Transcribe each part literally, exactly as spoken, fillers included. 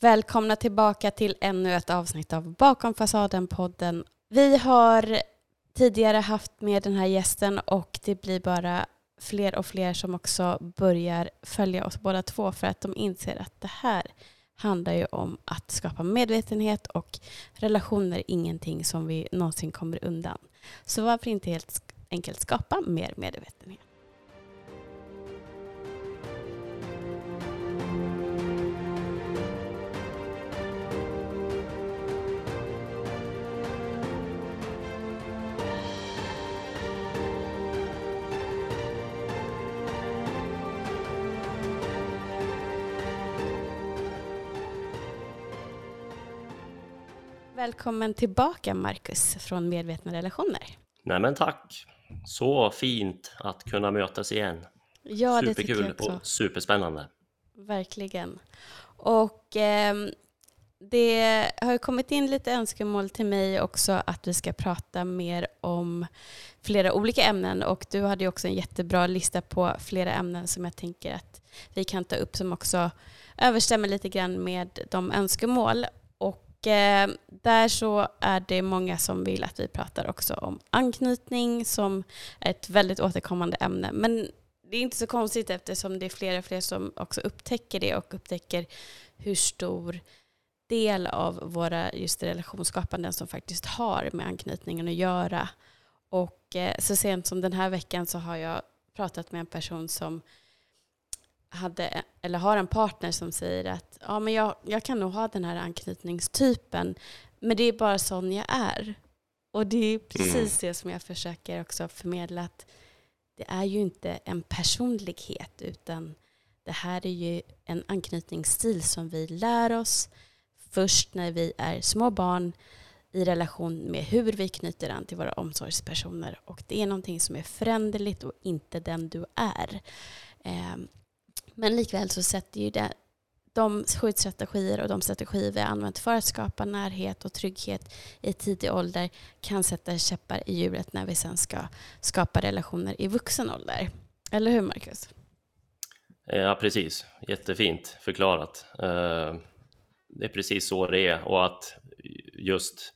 Välkomna tillbaka till ännu ett avsnitt av Bakom fasaden-podden. Vi har tidigare haft med den här gästen och det blir bara fler och fler som också börjar följa oss båda två för att de inser att det här handlar ju om att skapa medvetenhet och relationer är ingenting som vi någonsin kommer undan. Så varför inte helt enkelt skapa mer medvetenhet? Välkommen tillbaka Marcus från Medvetna relationer. Nej men tack. Så fint att kunna mötas igen. Ja, det Superkul tycker jag också. Och superspännande. Verkligen. Och eh, det har kommit in lite önskemål till mig också att vi ska prata mer om flera olika ämnen. Och du hade ju också en jättebra lista på flera ämnen som jag tänker att vi kan ta upp som också överstämmer lite grann med de önskemål. Och eh, där så är det många som vill att vi pratar också om anknytning som är ett väldigt återkommande ämne. Men det är inte så konstigt eftersom det är flera och fler som också upptäcker det och upptäcker hur stor del av våra just relationsskapanden som faktiskt har med anknytningen att göra. Och eh, så sent som den här veckan så har jag pratat med en person som hade, eller har en partner som säger att ja, men jag, jag kan nog ha den här anknytningstypen, men det är bara sån jag är. Och det är precis det som jag försöker också förmedla, att det är ju inte en personlighet utan det här är ju en anknytningsstil som vi lär oss först när vi är små barn i relation med hur vi knyter an till våra omsorgspersoner. Och det är någonting som är föränderligt och inte den du är. Eh, men likväl så sätter ju det, de skyddsstrategier och de strategier vi har använt för att skapa närhet och trygghet i tidig ålder kan sätta käppar i hjulet när vi sen ska skapa relationer i vuxen ålder. Eller hur, Marcus? Ja, precis. Jättefint förklarat. Det är precis så det är. Och att just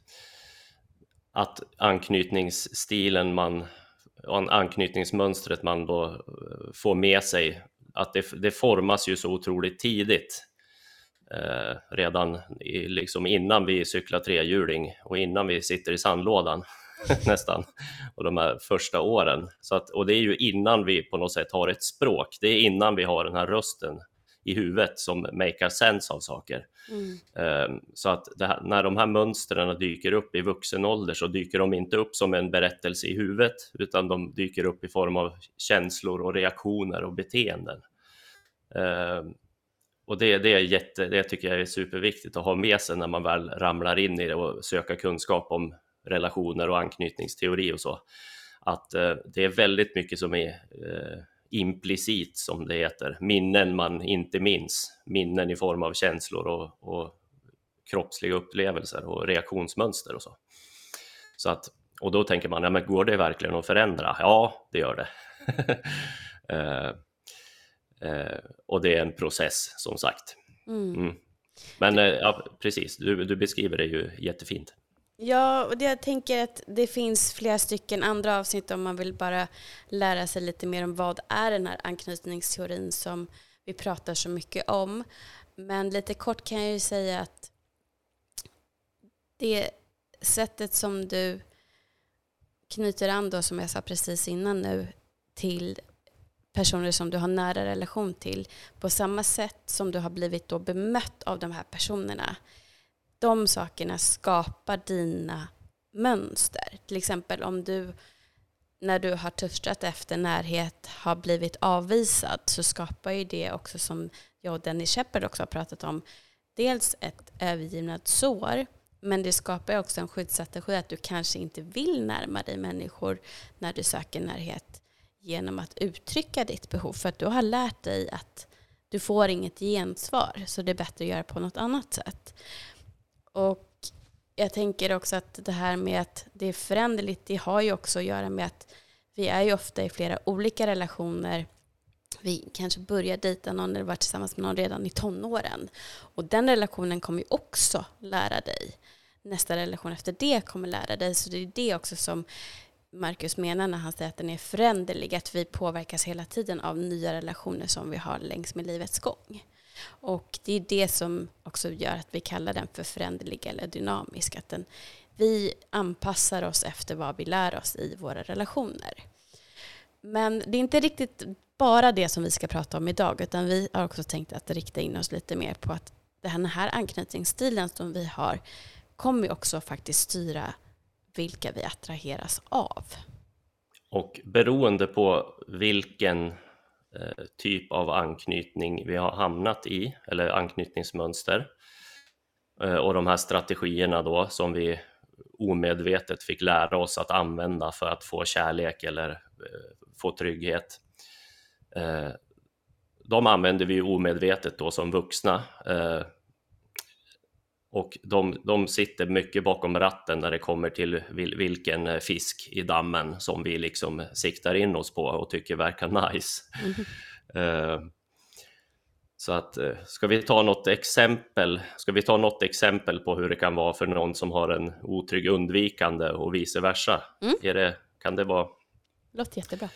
att anknytningsstilen man, anknytningsmönstret man då får med sig, att det, det formas ju så otroligt tidigt. Eh, redan i, liksom innan vi cyklar trehjuling och innan vi sitter i sandlådan nästan, och de här första åren. Så att, och det är ju innan vi på något sätt har ett språk, det är innan vi har den här rösten i huvudet som makar sense av saker. Mm. Eh, så att det här, när de här mönstren dyker upp i vuxen ålder så dyker de inte upp som en berättelse i huvudet, utan de dyker upp i form av känslor och reaktioner och beteenden. Eh, och det, det, är jätte, det tycker jag är superviktigt att ha med sig när man väl ramlar in i det och söker kunskap om relationer och anknytningsteori och så. Att eh, det är väldigt mycket som är eh, implicit, som det heter. Minnen man inte minns. Minnen i form av känslor och, och kroppsliga upplevelser och reaktionsmönster och så. Så att, och då tänker man, ja, men går det verkligen att förändra? Ja, det gör det. eh, eh, och det är en process, som sagt. Mm. Mm. Men eh, ja, precis, du, du beskriver det ju jättefint. Ja, och det, jag tänker att det finns flera stycken andra avsnitt om man vill bara lära sig lite mer om vad är den här anknytningsteorin som vi pratar så mycket om. Men lite kort kan jag ju säga att det sättet som du knyter an då, som jag sa precis innan nu, till personer som du har nära relation till, på samma sätt som du har blivit då bemött av de här personerna. De sakerna skapar dina mönster. Till exempel om du, när du har törstat efter närhet, har blivit avvisad, så skapar ju det också, som jag och Dennis Shepard också har pratat om, dels ett övergivnat sår, men det skapar också en skyddsstrategi att du kanske inte vill närma dig människor när du söker närhet genom att uttrycka ditt behov, för att du har lärt dig att du får inget gensvar, så det är bättre att göra på något annat sätt. Och jag tänker också att det här med att det är föränderligt, det har ju också att göra med att vi är ju ofta i flera olika relationer. vi kanske börjar dejta någon eller vara tillsammans med någon redan i tonåren. Och den relationen kommer ju också lära dig. Nästa relation efter det kommer lära dig. Så det är det också som Marcus menar när han säger att den är föränderlig. Att vi påverkas hela tiden av nya relationer som vi har längs med livets gång. Och det är det som också gör att vi kallar den för föränderlig eller dynamisk. Att den, vi anpassar oss efter vad vi lär oss i våra relationer. Men det är inte riktigt bara det som vi ska prata om idag, utan vi har också tänkt att rikta in oss lite mer på att den här anknytningsstilen som vi har kommer också faktiskt styra vilka vi attraheras av. Och beroende på vilken eh, typ av anknytning vi har hamnat i, eller anknytningsmönster, eh, och de här strategierna då som vi omedvetet fick lära oss att använda för att få kärlek eller eh, få trygghet. Eh, de använder vi ju omedvetet då som vuxna. Eh, och de, de sitter mycket bakom ratten när det kommer till vil, vilken fisk i dammen som vi liksom siktar in oss på och tycker verkar nice. Mm. Eh, så att, ska vi ta något exempel, ska vi ta något exempel på hur det kan vara för någon som har en otrygg undvikande och vice versa? Mm. Är det, kan det vara... Låter jättebra.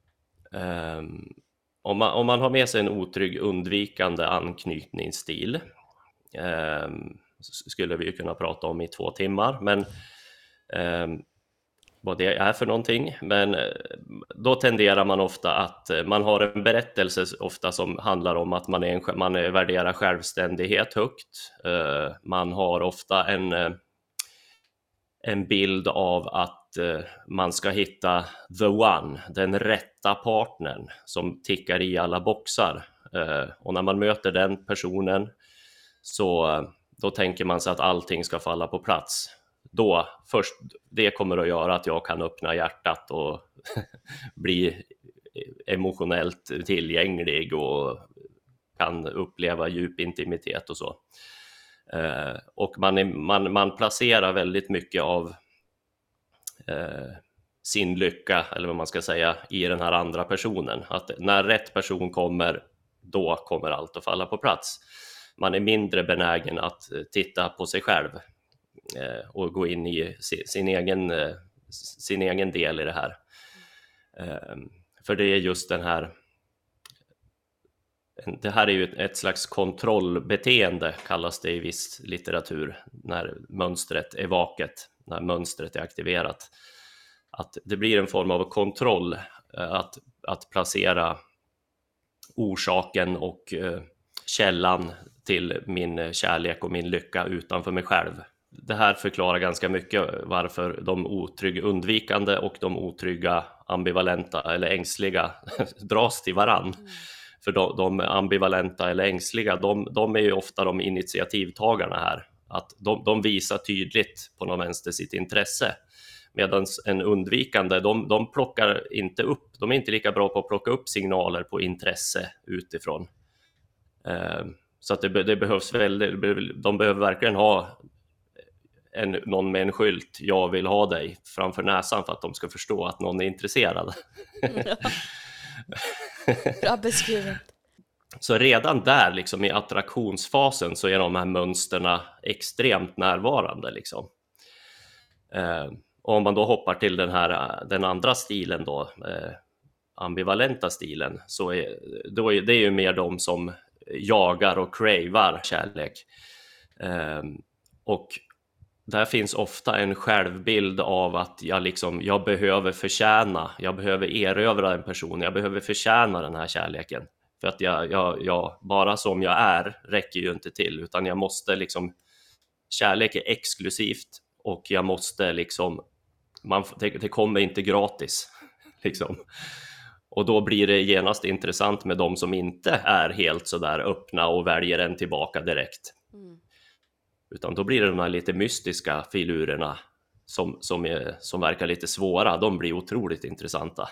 Um, om, man, om man har med sig en otrygg undvikande anknytningsstil, um, skulle vi ju kunna prata om i två timmar, men um, vad det är för någonting. Men då tenderar man ofta att man har en berättelse ofta som handlar om att man, är en, man värderar självständighet högt. Uh, man har ofta en, en bild av att man ska hitta the one, den rätta partnern som tickar i alla boxar. Och när man möter den personen så då tänker man sig att allting ska falla på plats. Då, först, det kommer att göra att jag kan öppna hjärtat och bli emotionellt tillgänglig och kan uppleva djup intimitet och så. Och man, är, man, man placerar väldigt mycket av Eh, sin lycka, eller vad man ska säga, i den här andra personen. Att när rätt person kommer, då kommer allt att falla på plats. Man är mindre benägen att titta på sig själv eh, och gå in i sin, sin, egen, eh, sin egen del i det här. Eh, för det är just den här det här är ju ett, ett slags kontrollbeteende, kallas det i viss litteratur, när mönstret är vaket, när mönstret är aktiverat. Att det blir en form av kontroll, att, att placera orsaken och eh, källan till min kärlek och min lycka utanför mig själv. Det här förklarar ganska mycket varför de otrygga undvikande och de otrygga ambivalenta eller ängsliga dras till varann. Mm. För de, de ambivalenta eller ängsliga, de, de är ju ofta de initiativtagarna här. Att de, de visar tydligt på någon vänster sitt intresse. Medan en undvikande, de, de plockar inte upp, de är inte lika bra på att plocka upp signaler på intresse utifrån. Eh, så att det, det behövs väldigt, de behöver verkligen ha en, någon med en skylt, jag vill ha dig, framför näsan för att de ska förstå att någon är intresserad. Ja. Bra beskrivet. Så redan där liksom i attraktionsfasen så är de här mönsterna extremt närvarande liksom. Eh, och om man då hoppar till den här den andra stilen då, eh, ambivalenta stilen, så är, då är det ju mer de som jagar och cravar kärlek. Eh, och där finns ofta en självbild av att jag, liksom, jag behöver förtjäna, jag behöver erövra en person, jag behöver förtjäna den här kärleken. För att jag, jag, jag, bara som jag är räcker ju inte till, utan jag måste liksom, kärlek är exklusivt och jag måste liksom, man, det, det kommer inte gratis liksom. Och då blir det genast intressant med de som inte är helt så där öppna och väljer en tillbaka direkt. Mm. Utan då blir det de här lite mystiska filurerna som, som, är, som verkar lite svåra, de blir otroligt intressanta.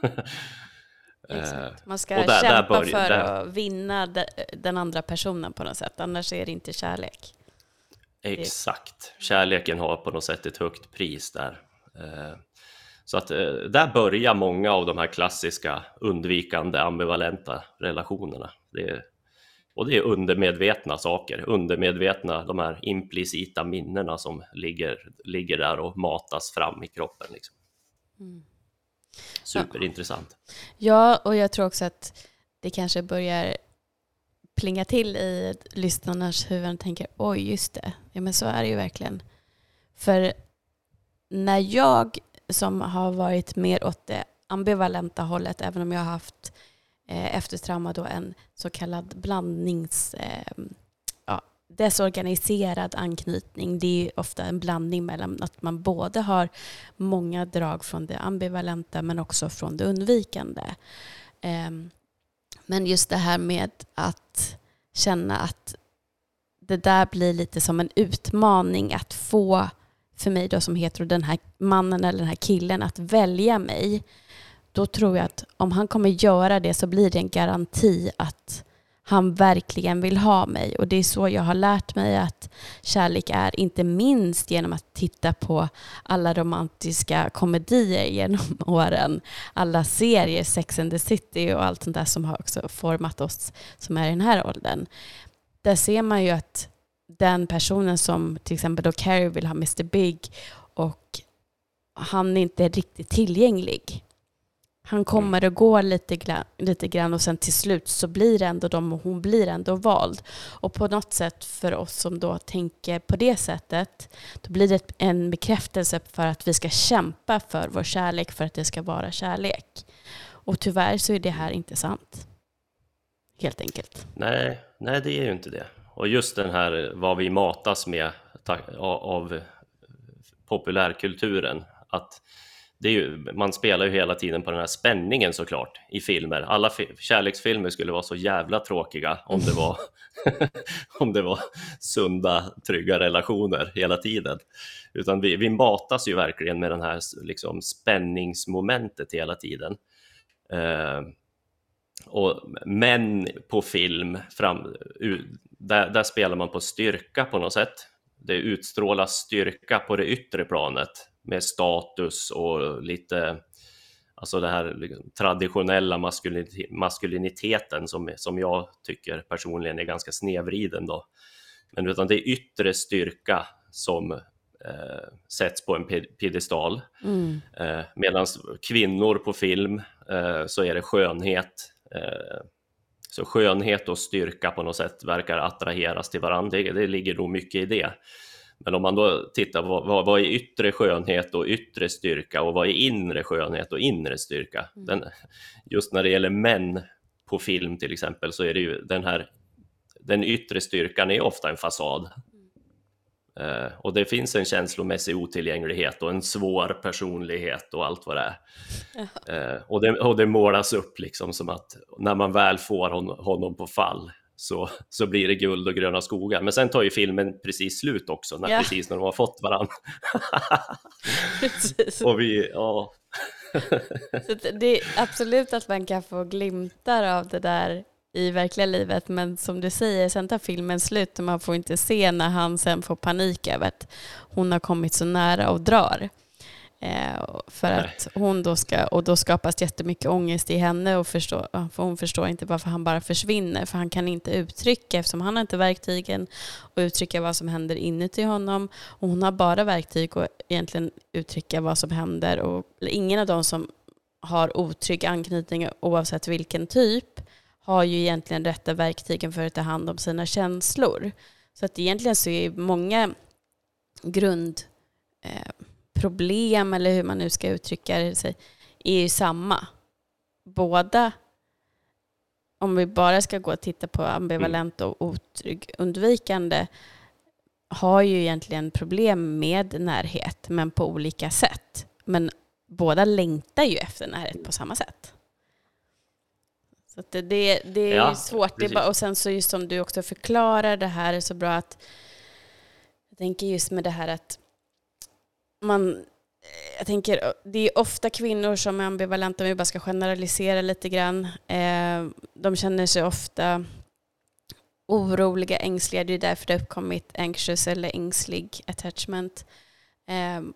Exakt. Man ska där, kämpa där börjar, för där. att vinna de, den andra personen på något sätt, annars är det inte kärlek. Exakt, kärleken har på något sätt ett högt pris där. Så att eh, där börjar många av de här klassiska undvikande ambivalenta relationerna. Det är, och det är undermedvetna saker, undermedvetna, de här implicita minnena som ligger, ligger där och matas fram i kroppen. Liksom. Mm. Superintressant. Ja, och jag tror också att det kanske börjar plinga till i lyssnarnas huvuden och tänker, oj just det, ja men så är det ju verkligen. För när jag som har varit mer åt det ambivalenta hållet, även om jag har haft eh, efter trauma då en så kallad blandnings eh, ja, desorganiserad anknytning. Det är ofta en blandning mellan att man både har många drag från det ambivalenta men också från det undvikande. Eh, men just det här med att känna att det där blir lite som en utmaning att få, för mig då som heter den här mannen eller den här killen, att välja mig. Då tror jag att om han kommer göra det så blir det en garanti att han verkligen vill ha mig. Och det är så jag har lärt mig att kärlek är, inte minst genom att titta på alla romantiska komedier genom åren. Alla serier, Sex and the City och allt sånt där som har också format oss som är i den här åldern. Där ser man ju att den personen som till exempel då Carrie vill ha mister Big och han är inte riktigt tillgänglig. Han kommer och går lite grann, lite grann och sen till slut så blir det ändå de och hon blir ändå vald. Och på något sätt för oss som då tänker på det sättet, då blir det en bekräftelse för att vi ska kämpa för vår kärlek, för att det ska vara kärlek. Och tyvärr så är det här inte sant. Helt enkelt. Nej, nej det är ju inte det. Och just den här vad vi matas med av populärkulturen, att det är ju, man spelar ju hela tiden på den här spänningen såklart i filmer. Alla fi- kärleksfilmer skulle vara så jävla tråkiga om det var om det var sunda, trygga relationer hela tiden. Utan vi, vi matas ju verkligen med den här liksom, spänningsmomentet hela tiden. Eh, och män på film fram, där, där spelar man på styrka på något sätt. Det utstrålas styrka på det yttre planet med status och lite, alltså det här liksom, traditionella maskulin- maskuliniteten som, som jag tycker personligen är ganska snedvriden då. Men utan det är yttre styrka som eh, sätts på en piedestal. Mm. Eh, medan kvinnor på film eh, så är det skönhet. Eh, så skönhet och styrka på något sätt verkar attraheras till varandra. Det, det ligger nog mycket i det. Men om man då tittar på vad, vad är yttre skönhet och yttre styrka och vad är inre skönhet och inre styrka. Mm. Den, just när det gäller män på film till exempel så är det ju den här, den yttre styrkan är ofta en fasad. Mm. Eh, och det finns en känslomässig otillgänglighet och en svår personlighet och allt vad det är. Ja. Eh, och, det, och det målas upp liksom som att när man väl får hon, honom på fall Så, så blir det guld och gröna skogar. Men sen tar ju filmen precis slut också, när, ja. precis när de har fått varandra. Och vi, ja. Så det är absolut att man kan få glimtar av det där i verkliga livet. Men som du säger, sen tar filmen slut och man får inte se när han sen får panik över att hon har kommit så nära och drar. Eh, för Nej. att hon då ska, och då skapas jättemycket ångest i henne och förstå, för hon förstår inte varför han bara försvinner, för han kan inte uttrycka, eftersom han har inte verktygen och uttrycka vad som händer inuti honom, och hon har bara verktyg och egentligen uttrycka vad som händer, och ingen av dem som har otrygg anknytning oavsett vilken typ har ju egentligen rätta verktygen för att ta hand om sina känslor. Så att egentligen så är många grund eh, problem, eller hur man nu ska uttrycka det sig, är ju samma. Båda, om vi bara ska gå och titta på ambivalent och otrygg undvikande, har ju egentligen problem med närhet, men på olika sätt. Men båda längtar ju efter närhet på samma sätt. Så att det, det, det är ja, svårt. Det är bara, och sen så just som du också förklarar det här är så bra, att jag tänker just med det här att man, jag tänker, det är ofta kvinnor som är ambivalenta, om vi bara ska generalisera lite grann. Eh, de känner sig ofta oroliga, ängsliga. Det är därför det har uppkommit anxious eller ängslig attachment. Eh,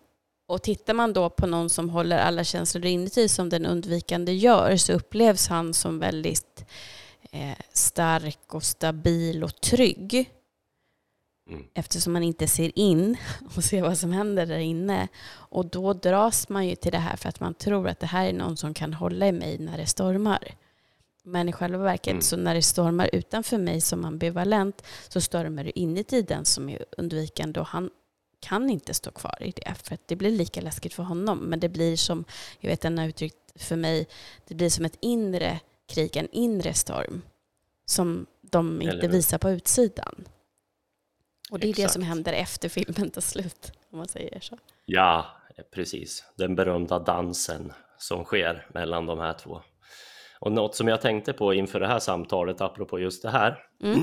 Och tittar man då på någon som håller alla känslor inuti som den undvikande gör, så upplevs han som väldigt eh, stark och stabil och trygg. Mm. Eftersom man inte ser in och ser vad som händer där inne. Och då dras man ju till det här för att man tror att det här är någon som kan hålla i mig när det stormar. Men i själva verket mm. så när det stormar utanför mig som ambivalent, så stormar det inuti den som är undvikande, och han kan inte stå kvar i det, för att det blir lika läskigt för honom. Men det blir som, jag vet, den har uttryckt för mig, det blir som ett inre krig, en inre storm som de inte visar på utsidan. Och det är Exakt. Det som händer efter filmen tar slut, om man säger så. Ja, precis. Den berömda dansen som sker mellan de här två. Och något som jag tänkte på inför det här samtalet, apropå just det här, mm.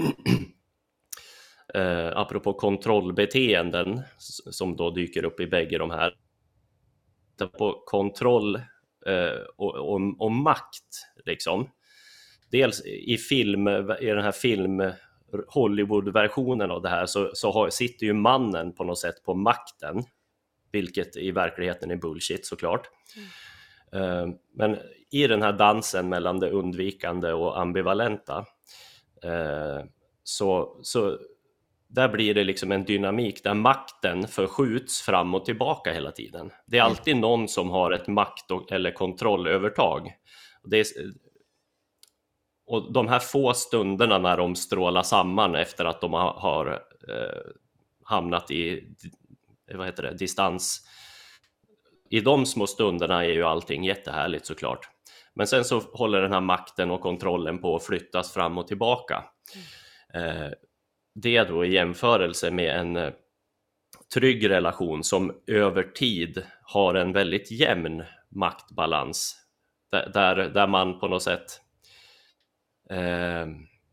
eh, apropå kontrollbeteenden som då dyker upp i bägge de här, på kontroll eh, och, och, och makt liksom. Dels i film, i den här film Hollywood-versionen av det här, så, så har, sitter ju mannen på något sätt på makten, vilket i verkligheten är bullshit såklart. Mm. Uh, men i den här dansen mellan det undvikande och ambivalenta, uh, så, så där blir det liksom en dynamik där makten förskjuts fram och tillbaka hela tiden. Det är alltid någon som har ett makt- och, eller kontrollövertag. Det är, och de här få stunderna när de strålar samman efter att de har, har eh, hamnat i vad heter det, distans, i de små stunderna är ju allting jättehärligt såklart. Men sen så håller den här makten och kontrollen på att flyttas fram och tillbaka. Mm. Eh, det då i jämförelse med en eh, trygg relation som över tid har en väldigt jämn maktbalans. Där, där, där man på något sätt Eh,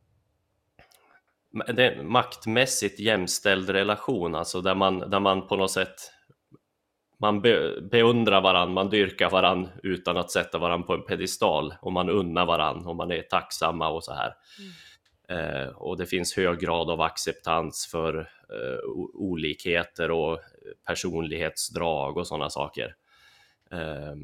det är en maktmässigt jämställd relation, alltså där man, där man på något sätt man be, beundrar varann, man dyrkar varann utan att sätta varann på en pedestal, och man unnar varann och man är tacksamma och så här. Mm. Eh, och det finns hög grad av acceptans för eh, olikheter och personlighetsdrag och sådana saker. Eh,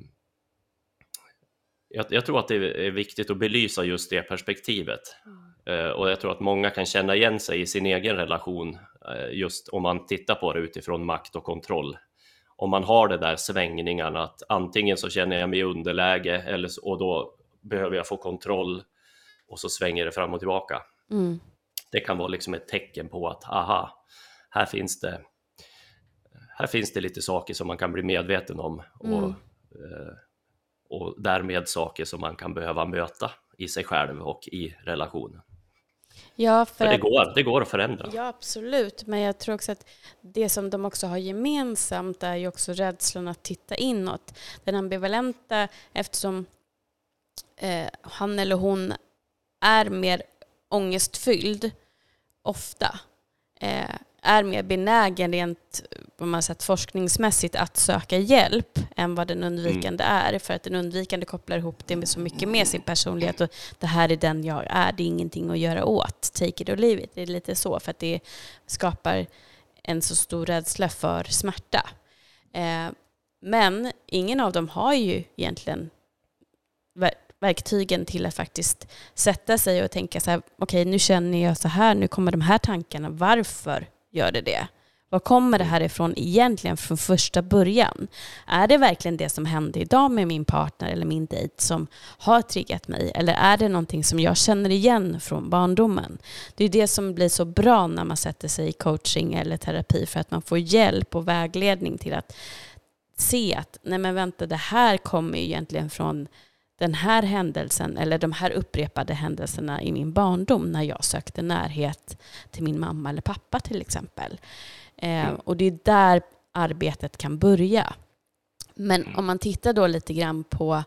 Jag, jag tror att det är viktigt att belysa just det perspektivet. Mm. Uh, och jag tror att många kan känna igen sig i sin egen relation, uh, just om man tittar på det utifrån makt och kontroll. Om man har det där svängningarna, att antingen så känner jag mig i underläge, eller, och då behöver jag få kontroll, och så svänger det fram och tillbaka. Mm. Det kan vara liksom ett tecken på att aha, här finns det, här finns det lite saker som man kan bli medveten om. Mm. Och, uh, och därmed saker som man kan behöva möta i sig själv och i relationen. Ja, för, för det, att, går, det går att förändra. Ja, absolut. Men jag tror också att det som de också har gemensamt är ju också rädslan att titta inåt. Den ambivalenta, eftersom eh, han eller hon är mer ångestfylld ofta, eh, är mer benägen rent, om man sett forskningsmässigt, att söka hjälp än vad den undvikande mm. är. För att den undvikande kopplar ihop det med så mycket med sin personlighet, och det här är den jag är, det är ingenting att göra åt, take it or leave it. Det är lite så, för att det skapar en så stor rädsla för smärta. Eh, men ingen av dem har ju egentligen verktygen till att faktiskt sätta sig och tänka så här, okej, nu känner jag så här, nu kommer de här tankarna, varför gör det det? Var kommer det här ifrån egentligen från första början? Är det verkligen det som hände idag med min partner eller min dejt som har triggat mig? Eller är det någonting som jag känner igen från barndomen? Det är det som blir så bra när man sätter sig i coaching eller terapi, för att man får hjälp och vägledning till att se att nej men vänta, det här kommer ju egentligen från den här händelsen eller de här upprepade händelserna i min barndom när jag sökte närhet till min mamma eller pappa till exempel. Eh, och det är där arbetet kan börja. Men om man tittar då lite grann på,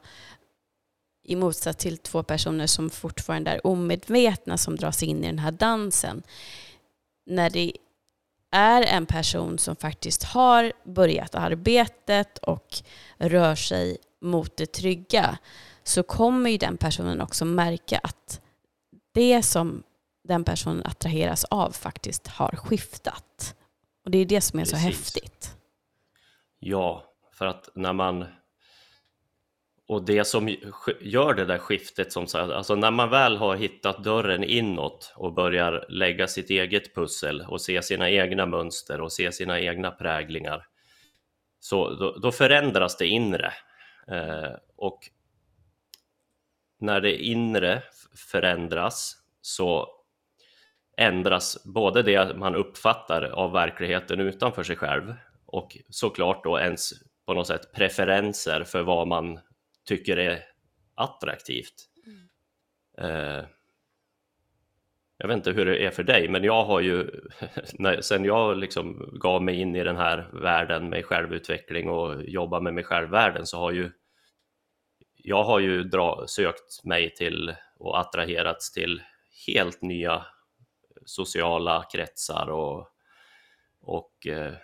i motsats till två personer som fortfarande är omedvetna som dras in i den här dansen, när det är en person som faktiskt har börjat arbetet och rör sig mot det trygga, så kommer ju den personen också märka att det som den personen attraheras av faktiskt har skiftat. Och det är det som är Precis. Så häftigt. Ja, För att när man, och det som gör det där skiftet, som sagt, alltså när man väl har hittat dörren inåt och börjar lägga sitt eget pussel och se sina egna mönster och se sina egna präglingar, så då, då förändras det inre. Eh, och när det inre förändras så ändras både det man uppfattar av verkligheten utanför sig själv och såklart då ens på något sätt preferenser för vad man tycker är attraktivt. Mm. Eh, jag vet inte hur det är för dig, men jag har ju när, sen jag liksom gav mig in i den här världen med självutveckling och jobba med mig själv-världen, så har ju jag har ju dra, sökt mig till och attraherats till helt nya sociala kretsar och, och eh,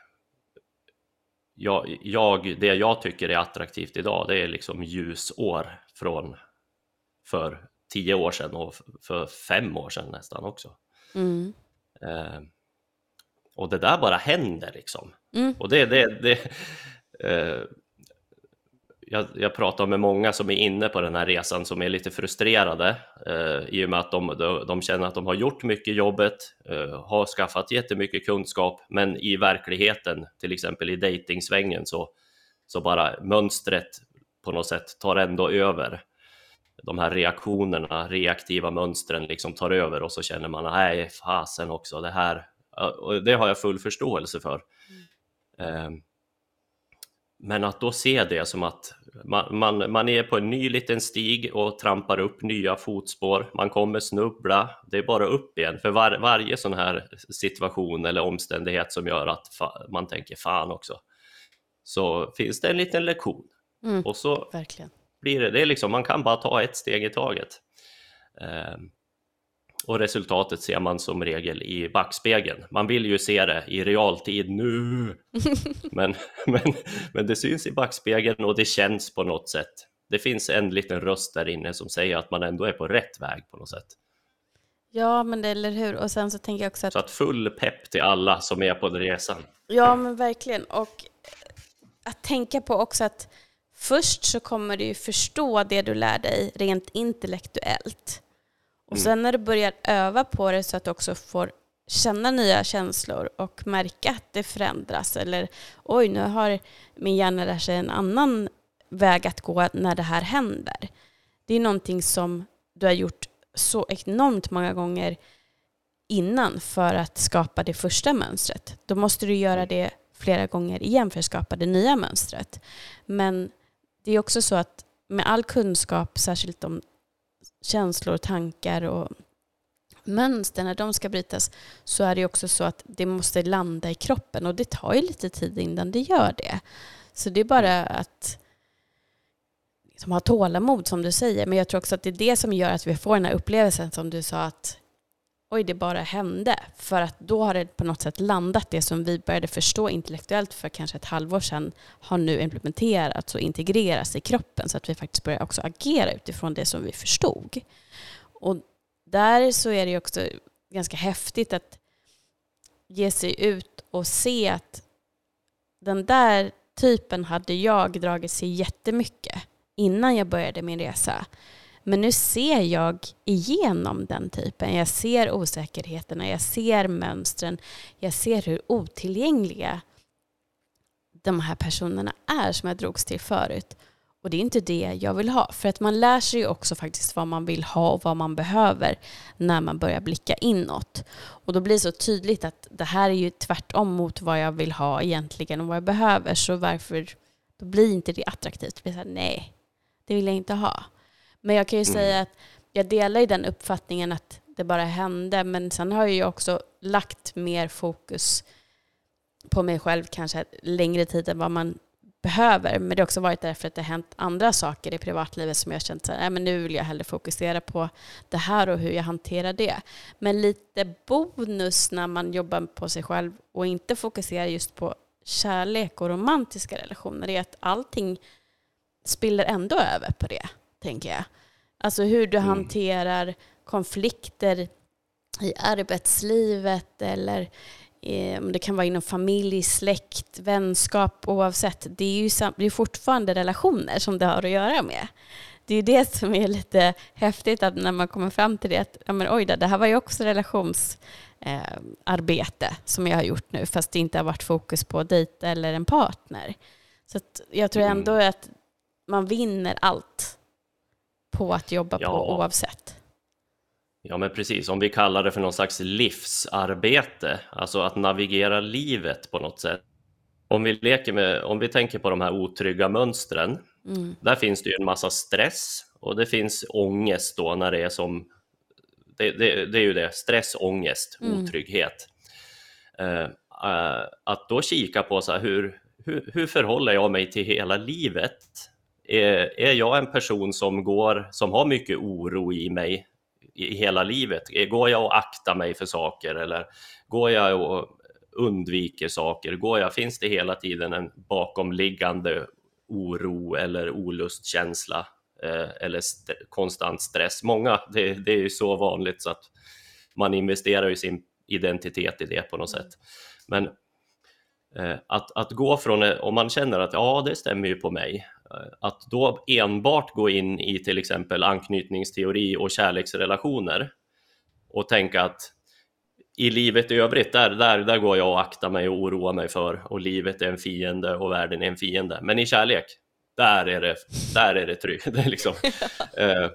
jag, jag, det jag tycker är attraktivt idag, det är liksom ljusår från för tio år sedan och för fem år sedan nästan också. Mm. Eh, och det där bara händer liksom. Mm. Och det, det, det eh, jag, jag pratar med många som är inne på den här resan som är lite frustrerade eh, i och med att de, de, de känner att de har gjort mycket jobbet, eh, har skaffat jättemycket kunskap, men i verkligheten, till exempel i dejtingsvängen, så, så bara mönstret på något sätt tar ändå över. De här reaktionerna, reaktiva mönstren liksom tar över, och så känner man, nej fasen också, det här, och det har jag full förståelse för. Mm. Eh, Men att då se det som att man, man, man är på en ny liten stig och trampar upp nya fotspår. Man kommer snubbla, det är bara upp igen. För var, varje sån här situation eller omständighet som gör att fa, man tänker fan också, så finns det en liten lektion. Mm, och så verkligen. Blir det, det är liksom, man kan bara ta ett steg i taget. Eh, och resultatet ser man som regel i backspegeln. Man vill ju se det i realtid nu. men, men, men det syns i backspegeln och det känns på något sätt. Det finns en liten röst där inne som säger att man ändå är på rätt väg på något sätt. Ja, men det, eller hur? Och sen så tänker jag också att... Så att full pepp till alla som är på resan. Ja, men verkligen. Och att tänka på också att först så kommer du ju förstå det du lär dig rent intellektuellt. Och sen när du börjar öva på det så att du också får känna nya känslor och märka att det förändras. Eller oj, nu har min hjärna lärt sig en annan väg att gå när det här händer. Det är någonting som du har gjort så enormt många gånger innan för att skapa det första mönstret. Då måste du göra det flera gånger igen för att skapa det nya mönstret. Men det är också så att med all kunskap, särskilt om känslor, tankar och mönster, när de ska brytas, så är det också så att det måste landa i kroppen, och det tar ju lite tid innan det gör det. Så det är bara att liksom ha tålamod, som du säger. Men jag tror också att det är det som gör att vi får den här upplevelsen som du sa, att oj, det bara hände. För att då har det på något sätt landat, det som vi började förstå intellektuellt för kanske ett halvår sedan har nu implementerats och integreras i kroppen, så att vi faktiskt börjar också agera utifrån det som vi förstod. Och där så är det ju också ganska häftigt att ge sig ut och se att den där typen hade jag dragit sig jättemycket innan jag började min resa. Men nu ser jag igenom den typen. Jag ser osäkerheterna, jag ser mönstren, jag ser hur otillgängliga de här personerna är som jag drogs till förut. Och det är inte det jag vill ha. För att man lär sig ju också faktiskt vad man vill ha och vad man behöver när man börjar blicka inåt. Och då blir det så tydligt att det här är ju tvärtom mot vad jag vill ha egentligen och vad jag behöver. Så varför, då blir inte det attraktivt. Det blir så här, nej, det vill jag inte ha. Men jag kan ju mm. säga att jag delar ju den uppfattningen att det bara hände. Men sen har jag ju också lagt mer fokus på mig själv kanske längre tid än vad man behöver. Men det har också varit därför att det har hänt andra saker i privatlivet som jag känt så här, nej, men nu vill jag hellre fokusera på det här och hur jag hanterar det. Men lite bonus när man jobbar på sig själv och inte fokuserar just på kärlek och romantiska relationer är att allting spiller ändå över på det, tänker jag. Alltså hur du mm. hanterar konflikter i arbetslivet eller eh, det kan vara inom familj, släkt, vänskap, oavsett. Det är ju sam- det är fortfarande relationer som det har att göra med. Det är ju det som är lite häftigt, att när man kommer fram till det, att ja, men oj då, det här var ju också relationsarbete eh, som jag har gjort nu, fast det inte har varit fokus på dejt eller en partner. Så att jag tror ändå mm. att man vinner allt på att jobba ja. på oavsett. Ja, men precis. Om vi kallar det för någon slags livsarbete, alltså att navigera livet på något sätt. Om vi leker med, om vi tänker på de här otrygga mönstren, mm. där finns det ju en massa stress och det finns ångest då när det är som, det, det, det är ju det, stress, ångest, mm. otrygghet. Uh, uh, att då kika på så här, hur, hur, hur förhåller jag mig till hela livet? Är, är jag en person som går, som har mycket oro i mig i hela livet? Går jag och aktar mig för saker, eller går jag och undviker saker? Går jag, finns det hela tiden en bakomliggande oro eller olustkänsla eh, eller st- konstant stress? Många, det, det är ju så vanligt så att man investerar i sin identitet i det på något sätt. Men eh, att, att gå från, om man känner att ja, det stämmer ju på mig, att då enbart gå in i till exempel anknytningsteori och kärleksrelationer och tänka att i livet i övrigt, där, där, där går jag och aktar mig och oroar mig för, och livet är en fiende och världen är en fiende. Men i kärlek, där är det, där är det tryggt. Det, är liksom, eh,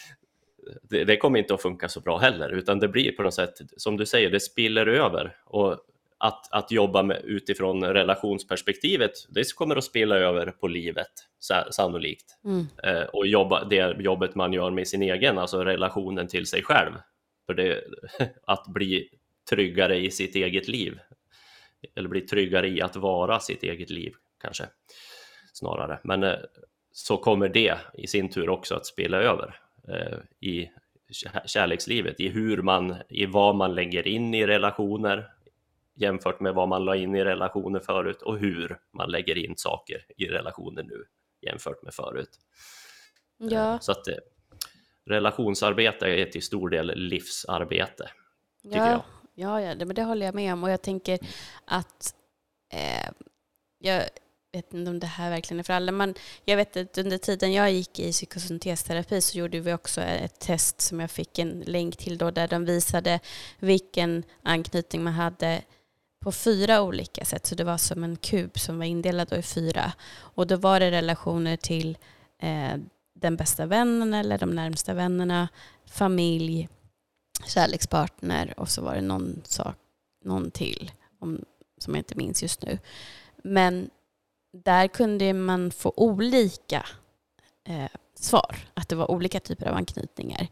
det, det kommer inte att funka så bra heller, utan det blir på något sätt, som du säger, det spiller över. Och att, att jobba med, utifrån relationsperspektivet, det kommer att spilla över på livet sannolikt. Mm. Eh, och jobba, det jobbet man gör med sin egen, alltså relationen till sig själv. För det, att bli tryggare i sitt eget liv, eller bli tryggare i att vara sitt eget liv kanske snarare. Men eh, så kommer det i sin tur också att spela över eh, i kärlekslivet, i hur man, i vad man lägger in i relationer jämfört med vad man la in i relationer förut, och hur man lägger in saker i relationer nu jämfört med förut. Ja. Så att relationsarbete är till stor del livsarbete, tycker ja. jag. Ja, ja det, men det håller jag med om. Och jag tänker att eh, jag vet inte om det här verkligen är för alla, men jag vet att under tiden jag gick i psykosyntesterapi så gjorde vi också ett test som jag fick en länk till då, där de visade vilken anknytning man hade på fyra olika sätt. Så det var som en kub som var indelad i fyra. Och då var det relationer till eh, den bästa vännen eller de närmsta vännerna, familj, kärlekspartner, och så var det någon sak, någon till om, som jag inte minns just nu. Men där kunde man få olika eh, svar, att det var olika typer av anknytningar.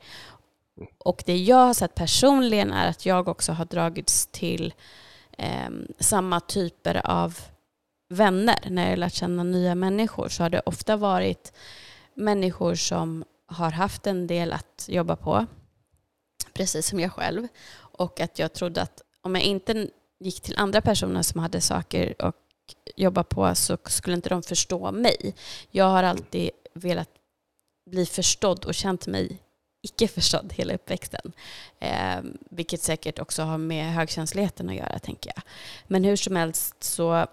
Och det jag har sett personligen är att jag också har dragits till eh, samma typer av vänner. När jag lärt känna nya människor så har det ofta varit människor som har haft en del att jobba på, precis som jag själv. Och att jag trodde att om jag inte gick till andra personer som hade saker och jobba på, så skulle inte de förstå mig. Jag har alltid velat bli förstådd och känt mig icke förstådd hela uppväxten. Eh, vilket säkert också har med högkänsligheten att göra, tänker jag. Men hur som helst, så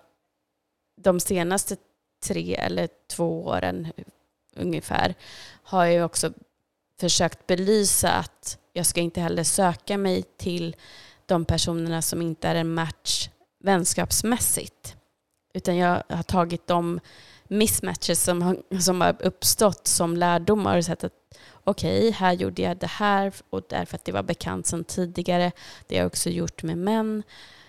de senaste tre eller två åren ungefär har jag också försökt belysa att jag ska inte heller söka mig till de personerna som inte är en match vänskapsmässigt. Utan jag har tagit de mismatches som har, som har uppstått som lärdomar och sett att okej, okay, här gjorde jag det här och därför att det var bekant sedan tidigare. Det har jag också gjort med män.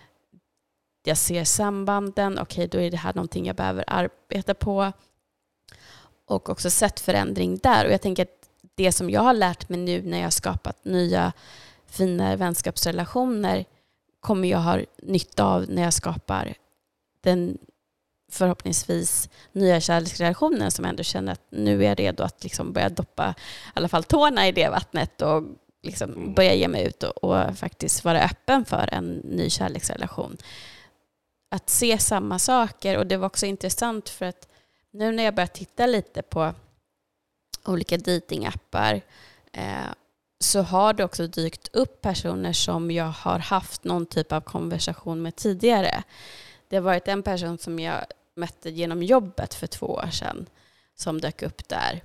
Jag ser sambanden. Okej, okay, då är det här någonting jag behöver arbeta på. Och också sett förändring där. Och jag tänker att det som jag har lärt mig nu när jag har skapat nya fina vänskapsrelationer kommer jag ha nytta av när jag skapar den förhoppningsvis nya kärleksrelationen, som jag ändå känner att nu är jag redo att liksom börja doppa i alla fall tårna i det vattnet och liksom börja ge mig ut och, och faktiskt vara öppen för en ny kärleksrelation. Att se samma saker, och det var också intressant för att nu när jag börjar titta lite på olika datingappar eh, så har det också dykt upp personer som jag har haft någon typ av konversation med tidigare. Det har varit en person som jag mötte genom jobbet för två år sedan som dök upp där.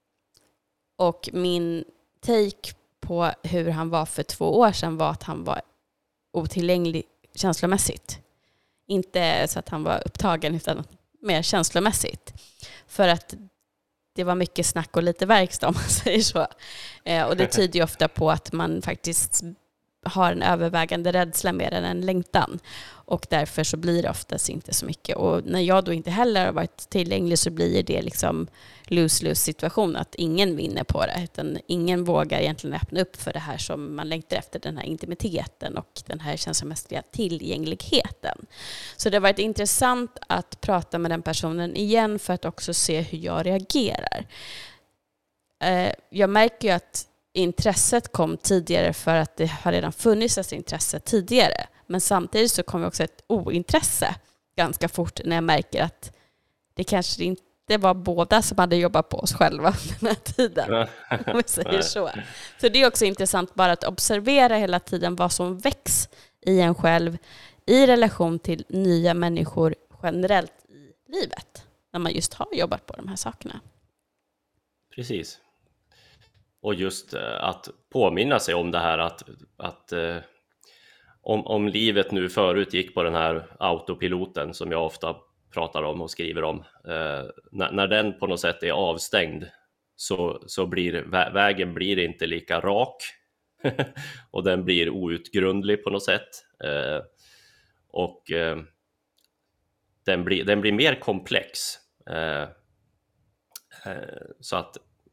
Och min take på hur han var för två år sedan var att han var otillgänglig känslomässigt. Inte så att han var upptagen utan mer känslomässigt. För att det var mycket snack och lite verkstad om man säger så. Eh, och det tyder ju ofta på att man faktiskt har en övervägande rädsla mer än en längtan. Och därför så blir det oftast inte så mycket. Och när jag då inte heller har varit tillgänglig så blir det liksom lose-lose situation. Att ingen vinner på det. Utan ingen vågar egentligen öppna upp för det här som man längtar efter. Den här intimiteten och den här känslomässiga tillgängligheten. Så det har varit intressant att prata med den personen igen för att också se hur jag reagerar. Eh, jag märker ju att intresset kom tidigare för att det har redan funnits ett intresse tidigare. Men samtidigt så kom också ett ointresse ganska fort när jag märker att det kanske inte var båda som hade jobbat på oss själva den här tiden. Om vi säger så. Så det är också intressant bara att observera hela tiden vad som väcks i en själv i relation till nya människor generellt i livet. När man just har jobbat på de här sakerna. Precis. Och just att påminna sig om det här att, att eh, om, om livet nu förut gick på den här autopiloten som jag ofta pratar om och skriver om. Eh, när, när den på något sätt är avstängd så, så blir vä- vägen blir inte lika rak och den blir outgrundlig på något sätt. Eh, och eh, den, blir, den blir mer komplex. Eh, eh, så att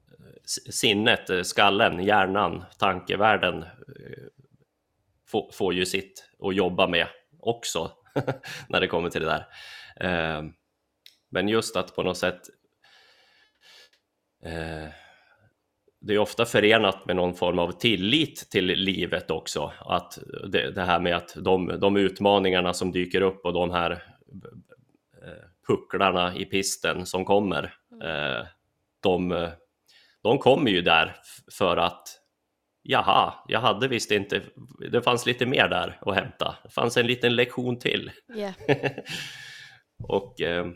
sinnet, skallen, hjärnan, tankevärlden får, får ju sitt att jobba med också när det kommer till det där. Men just att på något sätt det är ofta förenat med någon form av tillit till livet också. Att det, det här med att de, de utmaningarna som dyker upp och de här pucklarna i pisten som kommer, de De kommer ju där för att jaha, jag hade visst inte, det fanns lite mer där att hämta. Det fanns en liten lektion till. Yeah. Och eh,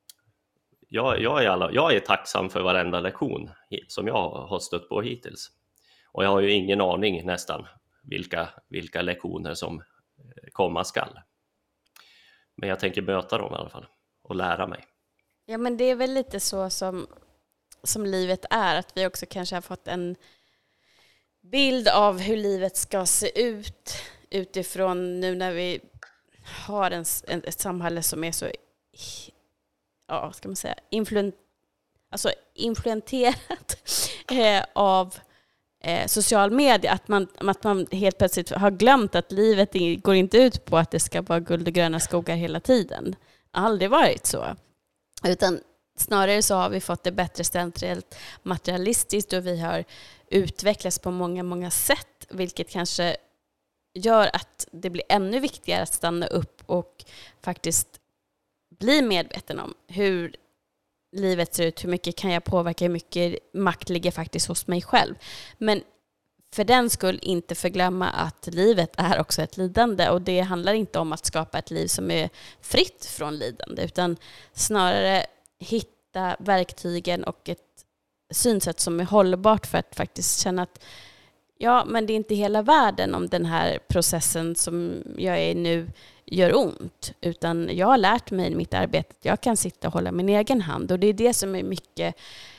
jag, jag, är alla, jag är tacksam för varenda lektion som jag har stött på hittills. Och jag har ju ingen aning nästan vilka, vilka lektioner som komma skall. Men jag tänker möta dem i alla fall och lära mig. Ja, men det är väl lite så som som livet är, att vi också kanske har fått en bild av hur livet ska se ut utifrån nu när vi har en, en, ett samhälle som är så, ja, ska man säga, influen, alltså influenterat eh, av eh, social media, att man, att man helt plötsligt har glömt att livet går inte ut på att det ska vara guld och gröna skogar hela tiden. Aldrig varit så. Utan snarare så har vi fått det bättre ställt rent materialistiskt och vi har utvecklats på många, många sätt, vilket kanske gör att det blir ännu viktigare att stanna upp och faktiskt bli medveten om hur livet ser ut, hur mycket kan jag påverka, hur mycket makt ligger faktiskt hos mig själv. Men för den skull inte förglömma att livet är också ett lidande, och det handlar inte om att skapa ett liv som är fritt från lidande, utan snarare hitta verktygen och ett synsätt som är hållbart för att faktiskt känna att ja, men det är inte hela världen om den här processen som jag är i nu gör ont, utan jag har lärt mig i mitt arbete att jag kan sitta och hålla min egen hand, och det är det som är mycket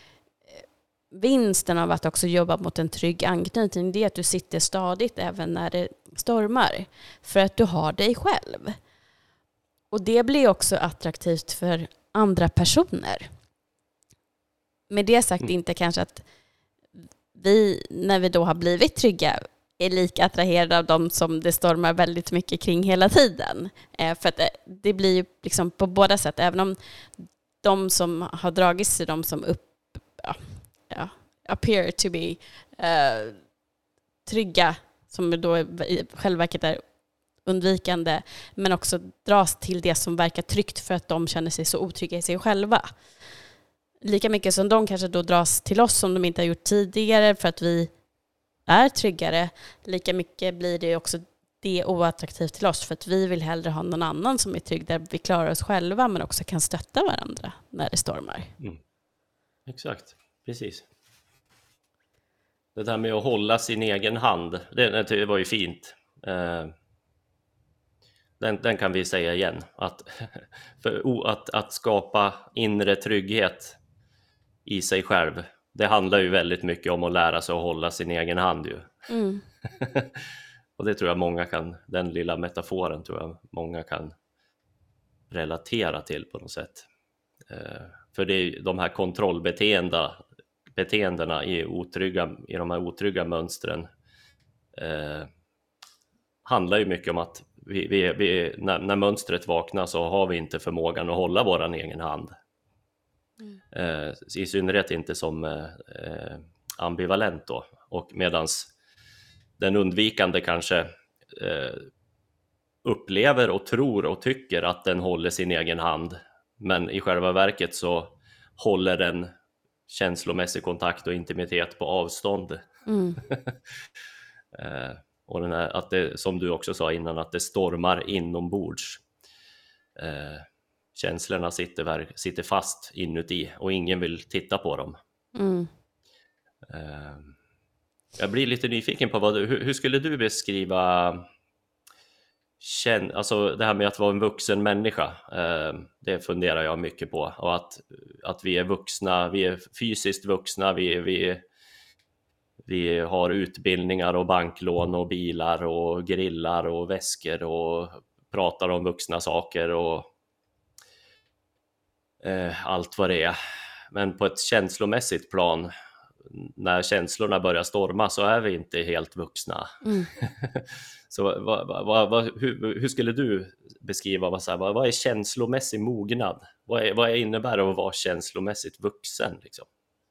vinsten av att också jobba mot en trygg anknytning, det är att du sitter stadigt även när det stormar, för att du har dig själv. Och det blir också attraktivt för andra personer. Med det sagt mm. inte kanske att vi, när vi då har blivit trygga, är lika attraherade av dem som det stormar väldigt mycket kring hela tiden. Eh, för att det, det blir ju liksom på båda sätt, även om de som har dragits till de som upp, ja, ja, appear to be uh, trygga, som då i självverket är undvikande, men också dras till det som verkar tryggt för att de känner sig så otrygga i sig själva. Lika mycket som de kanske då dras till oss som de inte har gjort tidigare för att vi är tryggare, lika mycket blir det också det oattraktivt till oss, för att vi vill hellre ha någon annan som är trygg, där vi klarar oss själva men också kan stötta varandra när det stormar. Mm. Exakt, precis. Det där med att hålla sin egen hand, det, det var ju fint. Eh, den, den kan vi säga igen. Att, för, att, att skapa inre trygghet i sig själv, det handlar ju väldigt mycket om att lära sig att hålla sin egen hand ju. Mm. Och det tror jag många kan, den lilla metaforen tror jag många kan relatera till på något sätt. Eh, för det är de här kontrollbeteendena beteendena i, otrygga, i de här otrygga mönstren eh, handlar ju mycket om att vi, vi, vi, när, när mönstret vaknar så har vi inte förmågan att hålla våran egen hand. Mm. Eh, i synnerhet inte som eh, ambivalent då. Och medans den undvikande kanske eh, upplever och tror och tycker att den håller sin egen hand, men i själva verket så håller den känslomässig kontakt och intimitet på avstånd. Mm. eh, och den här, att det, som du också sa innan, att det stormar inombords. Eh, känslorna sitter, sitter fast inuti och ingen vill titta på dem. Mm. Eh, jag blir lite nyfiken på vad du, hur, hur skulle du beskriva känn, alltså det här med att vara en vuxen människa, eh, det funderar jag mycket på, och att, att vi är vuxna, vi är fysiskt vuxna, vi, vi, vi har utbildningar och banklån och bilar och grillar och väskor och pratar om vuxna saker och eh, allt vad det är. Men på ett känslomässigt plan, när känslorna börjar storma, så är vi inte helt vuxna. Mm. Så vad, vad, vad, hur, hur skulle du beskriva vad, så här, vad, vad är känslomässig mognad? Vad, är, vad innebär det att vara känslomässigt vuxen? Liksom?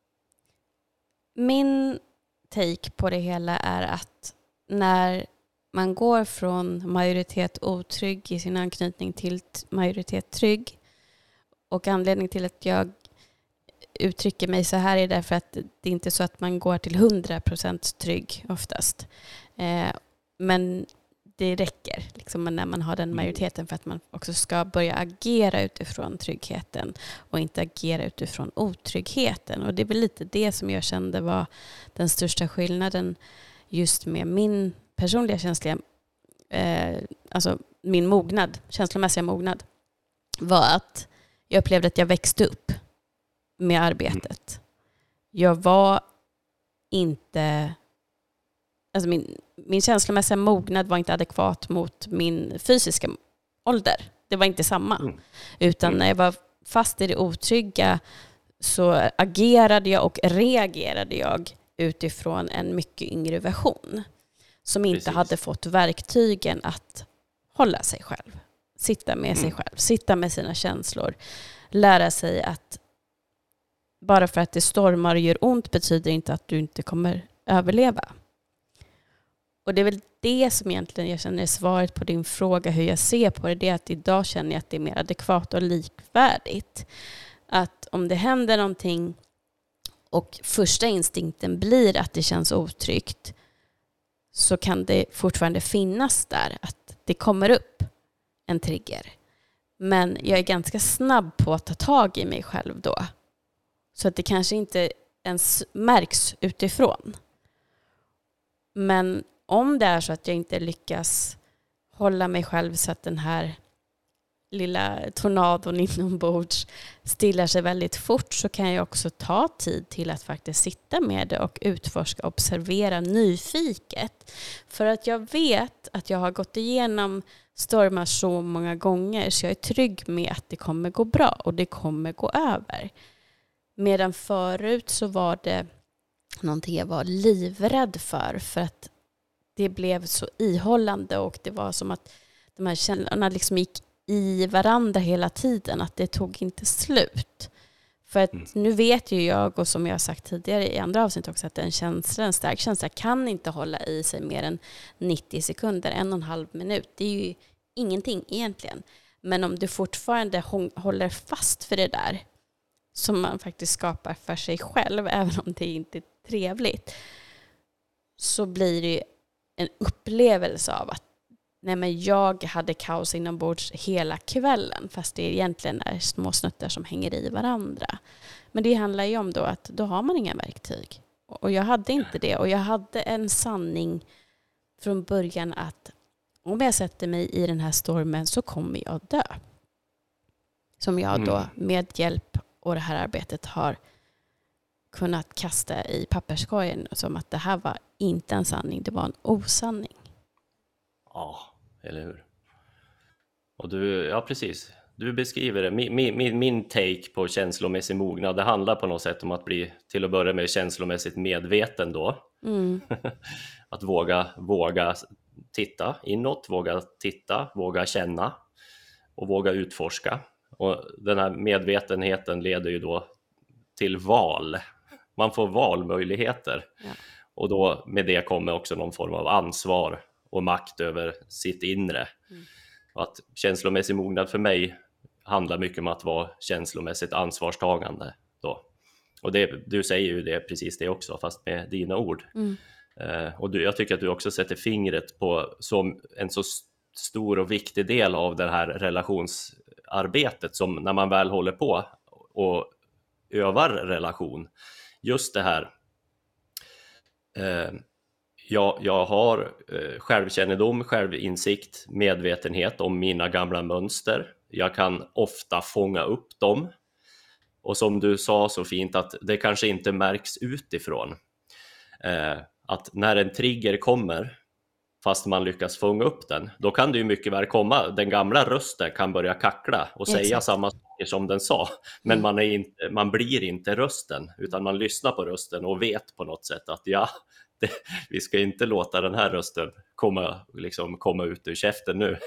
Min take på det hela är att när man går från majoritet otrygg i sin anknytning till majoritet trygg, och anledning till att jag uttrycker mig så här är därför att det är inte så att man går till hundra procent trygg oftast. Eh, men det räcker liksom, när man har den majoriteten, för att man också ska börja agera utifrån tryggheten och inte agera utifrån otryggheten. Och det är väl lite det som jag kände var den största skillnaden just med min personliga känsliga, eh, alltså min mognad, känslomässiga mognad, var att jag upplevde att jag växte upp med arbetet. Jag var inte... Alltså min, min känslomässiga mognad var inte adekvat mot min fysiska ålder. Det var inte samma. Mm. Utan när jag var fast i det otrygga så agerade jag och reagerade jag utifrån en mycket yngre version. Som inte Precis. hade fått verktygen att hålla sig själv. Sitta med mm. sig själv. Sitta med sina känslor. Lära sig att bara för att det stormar och gör ont betyder inte att du inte kommer överleva. Och det är väl det som egentligen jag känner är svaret på din fråga hur jag ser på det. Det är att idag känner jag att det är mer adekvat och likvärdigt. Att om det händer någonting och första instinkten blir att det känns otryggt, så kan det fortfarande finnas där att det kommer upp en trigger. Men jag är ganska snabb på att ta tag i mig själv då. Så att det kanske inte ens märks utifrån. Men om det är så att jag inte lyckas hålla mig själv så att den här lilla tornadon inombords stillar sig väldigt fort, så kan jag också ta tid till att faktiskt sitta med det och utforska, observera nyfiket. För att jag vet att jag har gått igenom stormar så många gånger, så jag är trygg med att det kommer gå bra och det kommer gå över. Medan förut så var det någonting jag var livrädd för, för att det blev så ihållande och det var som att de här känslorna liksom gick i varandra hela tiden, att det tog inte slut. För att mm. nu vet ju jag, och som jag har sagt tidigare i andra avsnitt också, att en känsla, en stark känsla kan inte hålla i sig mer än nittio sekunder, en och en halv minut. Det är ju ingenting egentligen. Men om du fortfarande håller fast för det där som man faktiskt skapar för sig själv, även om det inte är trevligt, så blir det ju en upplevelse av att nej, men jag hade kaos inombords hela kvällen, fast det egentligen är små snuttar som hänger i varandra. Men det handlar ju om då att då har man inga verktyg. Och jag hade inte det. Och jag hade en sanning från början att om jag sätter mig i den här stormen så kommer jag dö. Som jag då med hjälp och det här arbetet har kunnat kasta i papperskorgen som att det här var inte en sanning, det var en osanning. Ja, eller hur? Och du, ja precis, du beskriver det. Min, min, min take på känslomässig mognad, det handlar på något sätt om att bli till att börja med känslomässigt medveten då. Mm. Att våga, våga titta inåt, våga titta, våga känna och våga utforska. Och den här medvetenheten leder ju då till val. Man får valmöjligheter. Ja. Och då med det kommer också någon form av ansvar och makt över sitt inre. Mm. Och att känslomässig mognad för mig handlar mycket om att vara känslomässigt ansvarstagande då. Och det, du säger ju det, precis det också, fast med dina ord. Mm. Eh, och du, jag tycker att du också sätter fingret på som en så stor och viktig del av det här relationsarbetet som när man väl håller på och övar relation. Just det här eh, jag, jag har eh, självkännedom, självinsikt, medvetenhet om mina gamla mönster. Jag kan ofta fånga upp dem. Och som du sa så fint att det kanske inte märks utifrån. Eh, att när en trigger kommer, fast man lyckas fånga upp den, då kan det ju mycket väl komma. Den gamla rösten kan börja kackla och säga Exakt. Samma saker som den sa. Men mm. man, är inte, man blir inte rösten, utan man lyssnar på rösten och vet på något sätt att ja, det, vi ska inte låta den här rösten komma, liksom, komma ut ur käften nu.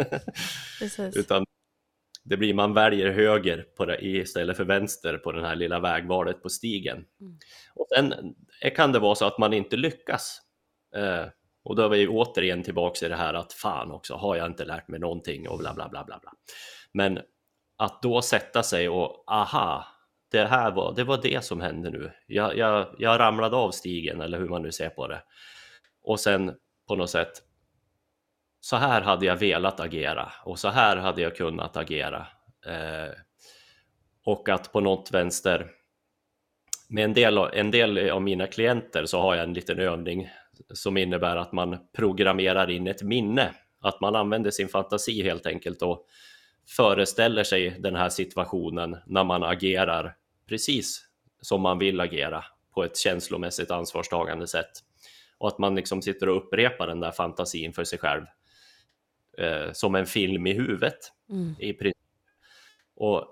Utan det blir, man väljer höger på det, istället för vänster på den här lilla vägvalet på stigen. Mm. Och sen kan det vara så att man inte lyckas. Eh, och då är vi återigen tillbaka i det här att fan också, har jag inte lärt mig någonting och bla bla bla bla bla. Men att då sätta sig och aha, det här var det, var det som hände nu. Jag, jag, jag ramlade av stigen, eller hur man nu ser på det. Och sen på något sätt, så här hade jag velat agera och så här hade jag kunnat agera. Eh, och att på något vänster, med en del, en del av mina klienter så har jag en liten övning som innebär att man programmerar in ett minne. Att man använder sin fantasi helt enkelt och föreställer sig den här situationen när man agerar precis som man vill agera på ett känslomässigt ansvarstagande sätt. Och att man liksom sitter och upprepar den där fantasin för sig själv. Eh, som en film i huvudet. Mm. I princip. Och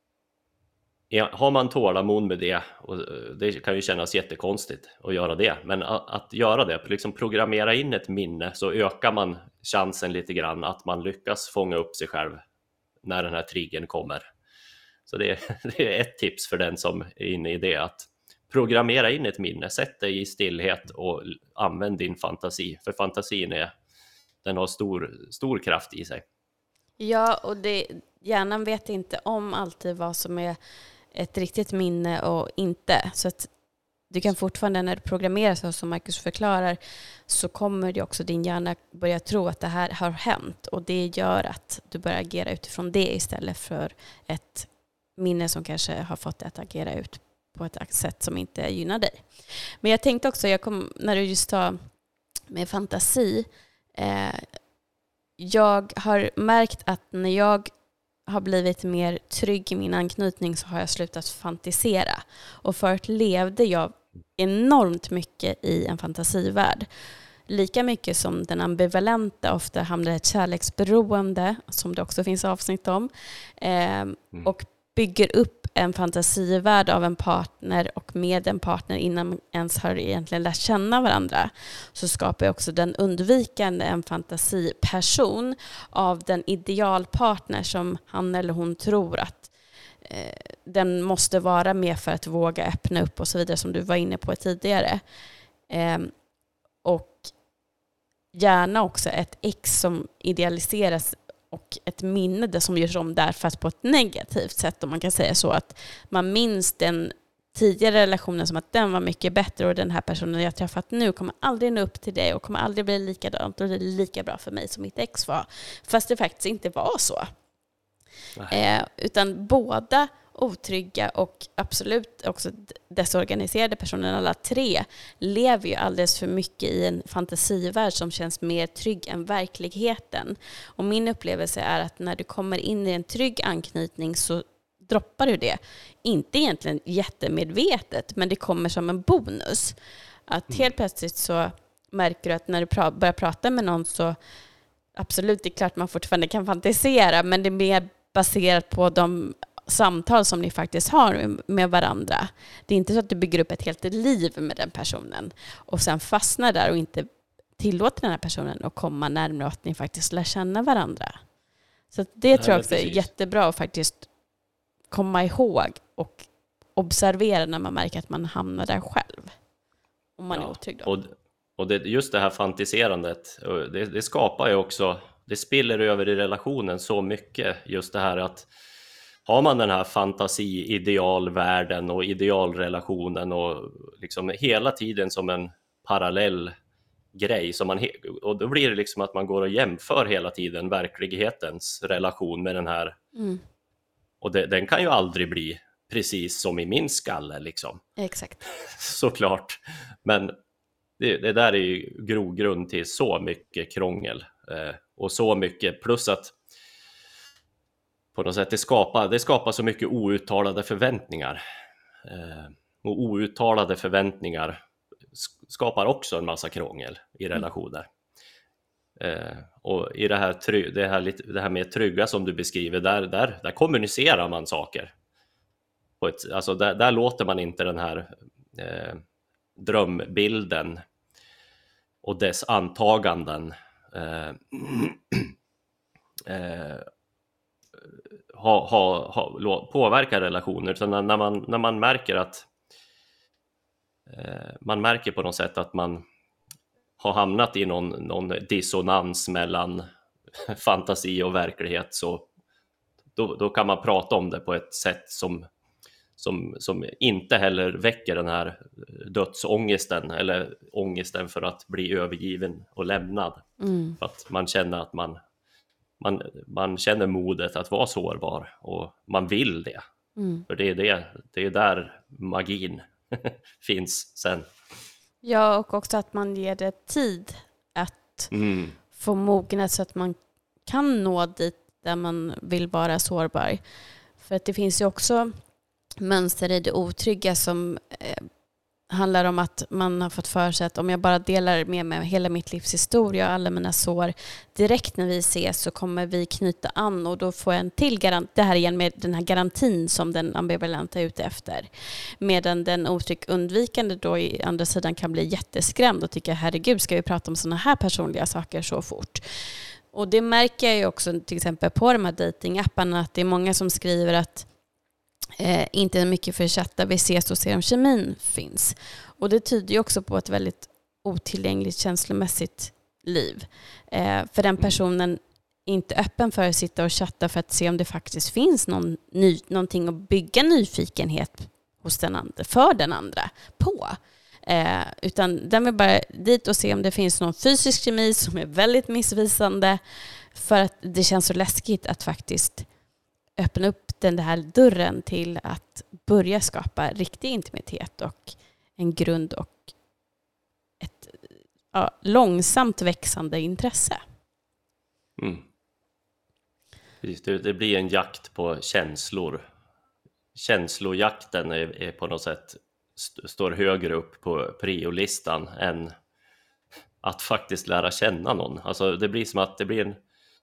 ja, har man tålamod med det, och det kan ju kännas jättekonstigt att göra det, men att, att göra det, liksom programmera in ett minne, så ökar man chansen lite grann att man lyckas fånga upp sig själv när den här triggern kommer. Så det är, det är ett tips för den som är inne i det, att programmera in ett minne, sätt dig i stillhet och använd din fantasi, för fantasin är, den har stor, stor kraft i sig. Ja, och det, hjärnan vet inte om alltid vad som är ett riktigt minne och inte. Så att du kan fortfarande, när du programmerar så som Marcus förklarar, så kommer det också din hjärna börja tro att det här har hänt. Och det gör att du börjar agera utifrån det istället för ett minne som kanske har fått dig att agera ut på ett sätt som inte gynnar dig. Men jag tänkte också, jag kom, när du just sa med fantasi, eh, jag har märkt att när jag har blivit mer trygg i min anknytning så har jag slutat fantisera. Och förut levde jag enormt mycket i en fantasivärld. Lika mycket som den ambivalenta ofta hamnar i ett kärleksberoende, som det också finns avsnitt om. Eh, mm. Och bygger upp en fantasivärld av en partner och med en partner innan man ens har egentligen lärt känna varandra, så skapar också den undvikande en fantasiperson av den idealpartner som han eller hon tror att eh, den måste vara med för att våga öppna upp och så vidare, som du var inne på tidigare. Eh, och gärna också ett ex som idealiseras och ett minne det som görs om där, fast på ett negativt sätt, om man kan säga så, att man minns den tidigare relationen som att den var mycket bättre och den här personen jag träffat nu kommer aldrig nå upp till det och kommer aldrig bli likadant och det är lika bra för mig som mitt ex var. Fast det faktiskt inte var så. Eh, utan båda otrygga och absolut också desorganiserade personer, alla tre, lever ju alldeles för mycket i en fantasivärld som känns mer trygg än verkligheten. Och min upplevelse är att när du kommer in i en trygg anknytning så droppar du det. Inte egentligen jättemedvetet, men det kommer som en bonus. Att helt plötsligt så märker du att när du pra- börjar prata med någon så absolut, det är klart man fortfarande kan fantisera, men det är mer baserat på de samtal som ni faktiskt har med varandra. Det är inte så att du bygger upp ett helt liv med den personen och sen fastnar där och inte tillåter den här personen att komma närmare och att ni faktiskt lär känna varandra. Så det Nej, tror jag också är jättebra att faktiskt komma ihåg och observera när man märker att man hamnar där själv. Om man ja, är otrygg då. Och, och det, just det här fantiserandet, det, det skapar ju också, det spiller över i relationen så mycket. Just det här att har man den här fantasi-idealvärlden och idealrelationen och liksom hela tiden som en parallell grej som man, och då blir det liksom att man går och jämför hela tiden verklighetens relation med den här mm. och det, den kan ju aldrig bli precis som i min skalle liksom. Exakt. Såklart, men det, det där är ju grogrund till så mycket krångel eh, och så mycket, plus att på något sätt det skapar, det skapar så mycket outtalade förväntningar eh, och outtalade förväntningar skapar också en massa krångel i relationer. Mm. Eh, och i det här, det, här, det här med trygga som du beskriver, där, där, där kommunicerar man saker. På ett, alltså där, där låter man inte den här eh, drömbilden och dess antaganden eh, eh, ha, ha, ha, påverka relationer. Utan när, när, man, när man märker att eh, man märker på något sätt att man har hamnat i någon, någon dissonans mellan fantasi och verklighet, så då, då kan man prata om det på ett sätt som, som, som inte heller väcker den här dödsångesten eller ångesten för att bli övergiven och lämnad. Mm. För att man känner att man, man, man känner modet att vara sårbar och man vill det. Mm. För det är, det, det är där magin finns sen. Ja, och också att man ger det tid att mm. få mogna så att man kan nå dit där man vill vara sårbar. För att det finns ju också mönster i det otrygga som eh, handlar om att man har fått för sig att om jag bara delar med mig hela mitt livs historia och alla mina sår direkt när vi ses så kommer vi knyta an och då får jag en till garant, det här igen med den här garantin som den ambivalenta är ute efter. Medan den otrygg undvikande då i andra sidan kan bli jätteskrämd och tycka herregud, ska vi prata om såna här personliga saker så fort? Och det märker jag ju också till exempel på de här datingapparna att det är många som skriver att Eh, inte mycket för att chatta, vi ses och ser om kemin finns. Och det tyder ju också på ett väldigt otillgängligt känslomässigt liv. Eh, för den personen är inte öppen för att sitta och chatta för att se om det faktiskt finns någon ny, någonting att bygga nyfikenhet hos den andra, för den andra på. Eh, utan den vill bara dit och se om det finns någon fysisk kemi som är väldigt missvisande, för att det känns så läskigt att faktiskt öppna upp den här dörren till att börja skapa riktig intimitet och en grund och ett ja, långsamt växande intresse. Mm. Det, det blir en jakt på känslor. Känslojakten är, är på något sätt st- står högre upp på priolistan än att faktiskt lära känna någon. Alltså det blir som att det blir en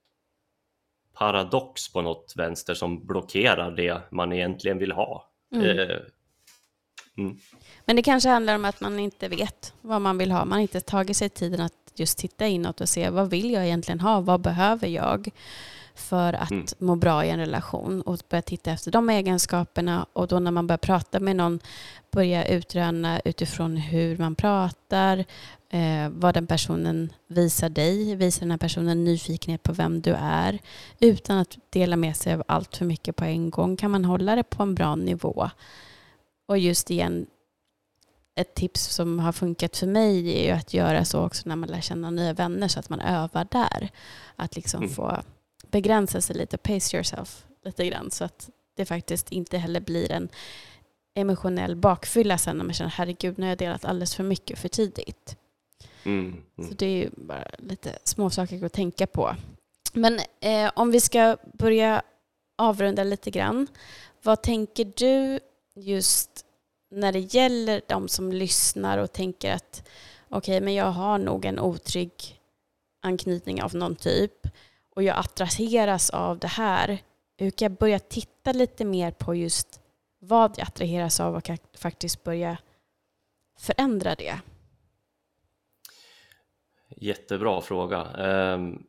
paradox på något vänster som blockerar det man egentligen vill ha. Mm. Eh, mm. Men det kanske handlar om att man inte vet vad man vill ha. Man har inte tagit sig tiden att just titta inåt och se vad vill jag egentligen ha? Vad behöver jag för att mm. må bra i en relation? Och börja titta efter de egenskaperna. Och då när man börjar prata med någon, börja utröna utifrån hur man pratar, eh, vad den personen visar dig. Visar den här personen nyfikenhet på vem du är. Utan att dela med sig av allt för mycket på en gång kan man hålla det på en bra nivå. Och just igen, ett tips som har funkat för mig är ju att göra så också när man lär känna nya vänner, så att man övar där. Att liksom Mm. få begränsa sig lite, pace yourself lite grann, så att det faktiskt inte heller blir en emotionell bakfylla sen när man känner herregud, nu har jag delat alldeles för mycket för tidigt. Mm. Mm. Så det är ju bara lite små saker att tänka på. Men eh, om vi ska börja avrunda lite grann. Vad tänker du just när det gäller de som lyssnar och tänker att okej, okay, men jag har nog en otrygg anknytning av någon typ och jag attraheras av det här. Hur kan jag börja titta lite mer på just vad jag attraheras av och kan faktiskt börja förändra det? Jättebra fråga. Um,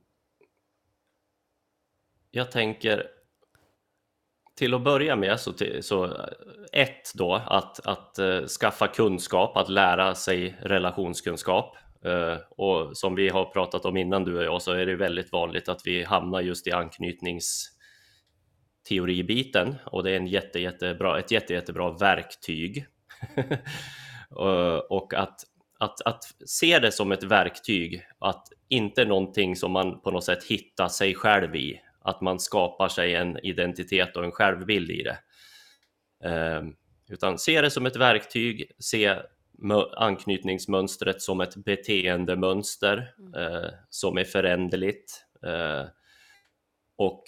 jag tänker till att börja med så, till, så ett då att, att uh, skaffa kunskap, att lära sig relationskunskap. Uh, och som vi har pratat om innan du och jag, så är det väldigt vanligt att vi hamnar just i anknytningsteoribiten, och det är en jätte, jättebra, ett jätte, jättebra verktyg. uh, och att Att, att se det som ett verktyg, att inte någonting som man på något sätt hittar sig själv i, att man skapar sig en identitet och en självbild i det. Eh, utan se det som ett verktyg, se anknytningsmönstret som ett beteendemönster eh, som är föränderligt. Eh, och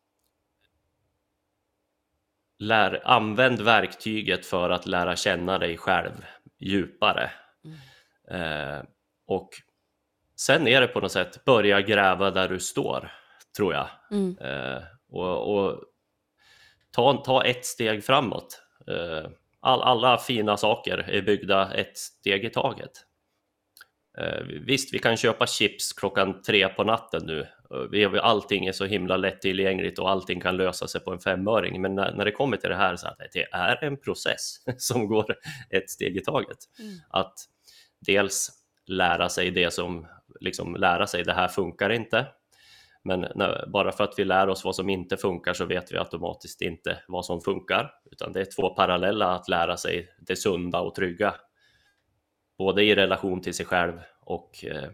lär, använd verktyget för att lära känna dig själv djupare. Mm. Eh, och sen är det på något sätt börja gräva där du står, tror jag. Mm. Eh, och och ta, ta ett steg framåt. Eh, all, alla fina saker är byggda ett steg i taget. Eh, visst, vi kan köpa chips klockan tre på natten nu. Vi, allting är så himla lättillgängligt och allting kan lösa sig på en femöring. Men när, när det kommer till det här, så att det är en process som går ett steg i taget. Mm. Att dels lära sig det som, liksom lära sig det här funkar inte. Men när, bara för att vi lär oss vad som inte funkar så vet vi automatiskt inte vad som funkar. Utan det är två parallella, att lära sig det sunda och trygga. Både i relation till sig själv och eh,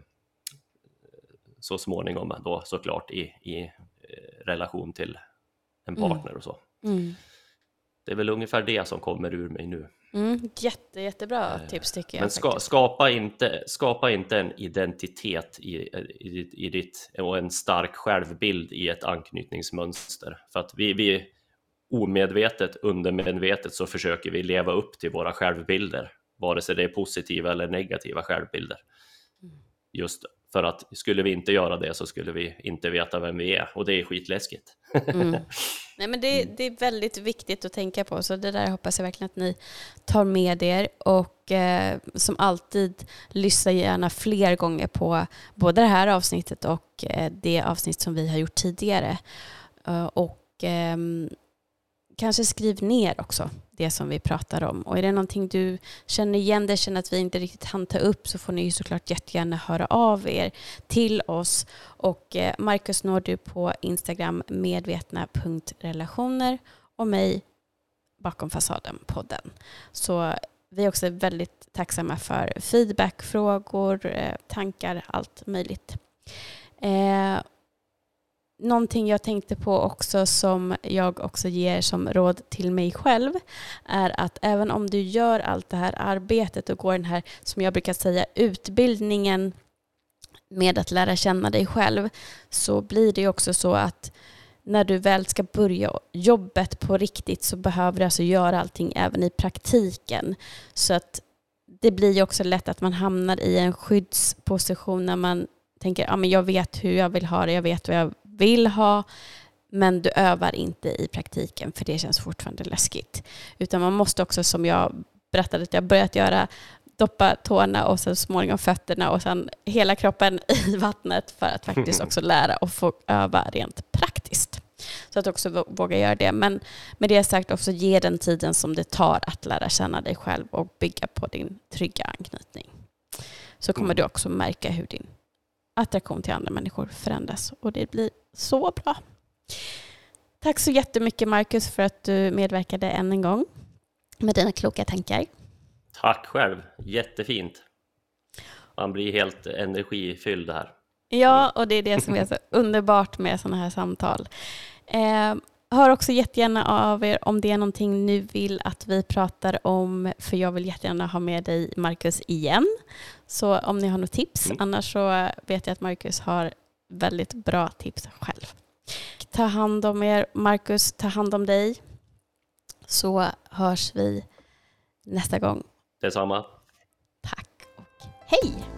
så småningom då såklart i, i eh, relation till en partner mm. och så. Mm. Det är väl ungefär det som kommer ur mig nu. Mm, jätte, jättebra tips tycker jag. Men ska, skapa, inte, skapa inte en identitet i, i, i ditt, och en stark självbild i ett anknytningsmönster. För att vi, vi omedvetet, undermedvetet så försöker vi leva upp till våra självbilder. Vare sig det är positiva eller negativa självbilder. Just för att skulle vi inte göra det så skulle vi inte veta vem vi är. Och det är skitläskigt. Mm. Nej, men det, det är väldigt viktigt att tänka på. Så det där hoppas jag verkligen att ni tar med er. Och eh, som alltid, lyssna gärna fler gånger på både det här avsnittet och eh, det avsnitt som vi har gjort tidigare. Uh, och eh, kanske skriv ner också det som vi pratar om. Och är det någonting du känner igen, det känner att vi inte riktigt hann ta upp, så får ni ju såklart jättegärna höra av er till oss. Och eh, Marcus når du på Instagram medvetna punkt relationer och mig bakom fasaden-podden. Så vi är också väldigt tacksamma för feedback, frågor, eh, tankar, allt möjligt. Eh, Någonting jag tänkte på också som jag också ger som råd till mig själv är att även om du gör allt det här arbetet och går den här, som jag brukar säga, utbildningen med att lära känna dig själv, så blir det också så att när du väl ska börja jobbet på riktigt så behöver du alltså göra allting även i praktiken. Så att det blir ju också lätt att man hamnar i en skyddsposition när man tänker, ja men jag vet hur jag vill ha det, jag vet vad jag vill ha, men du övar inte i praktiken för det känns fortfarande läskigt. Utan man måste också, som jag berättade att jag börjat göra, doppa tårna och sen småningom fötterna och sen hela kroppen i vattnet för att faktiskt också lära och få öva rent praktiskt. Så att också våga göra det. Men med det sagt också ge den tiden som det tar att lära känna dig själv och bygga på din trygga anknytning. Så kommer du också märka hur din attraktion till andra människor förändras och det blir så bra. Tack så jättemycket Marcus för att du medverkade än en gång. med dina kloka tankar. Tack själv, jättefint. Man blir helt energifylld här. Ja, och det är det som är så underbart med sådana här samtal. Eh, hör också jättegärna av er om det är någonting ni vill att vi pratar om, för jag vill jättegärna ha med dig, Marcus, igen. Så om ni har något tips, mm. annars så vet jag att Marcus har väldigt bra tips själv. Ta hand om er, Marcus, ta hand om dig. Så hörs vi nästa gång. Detsamma. Tack och hej!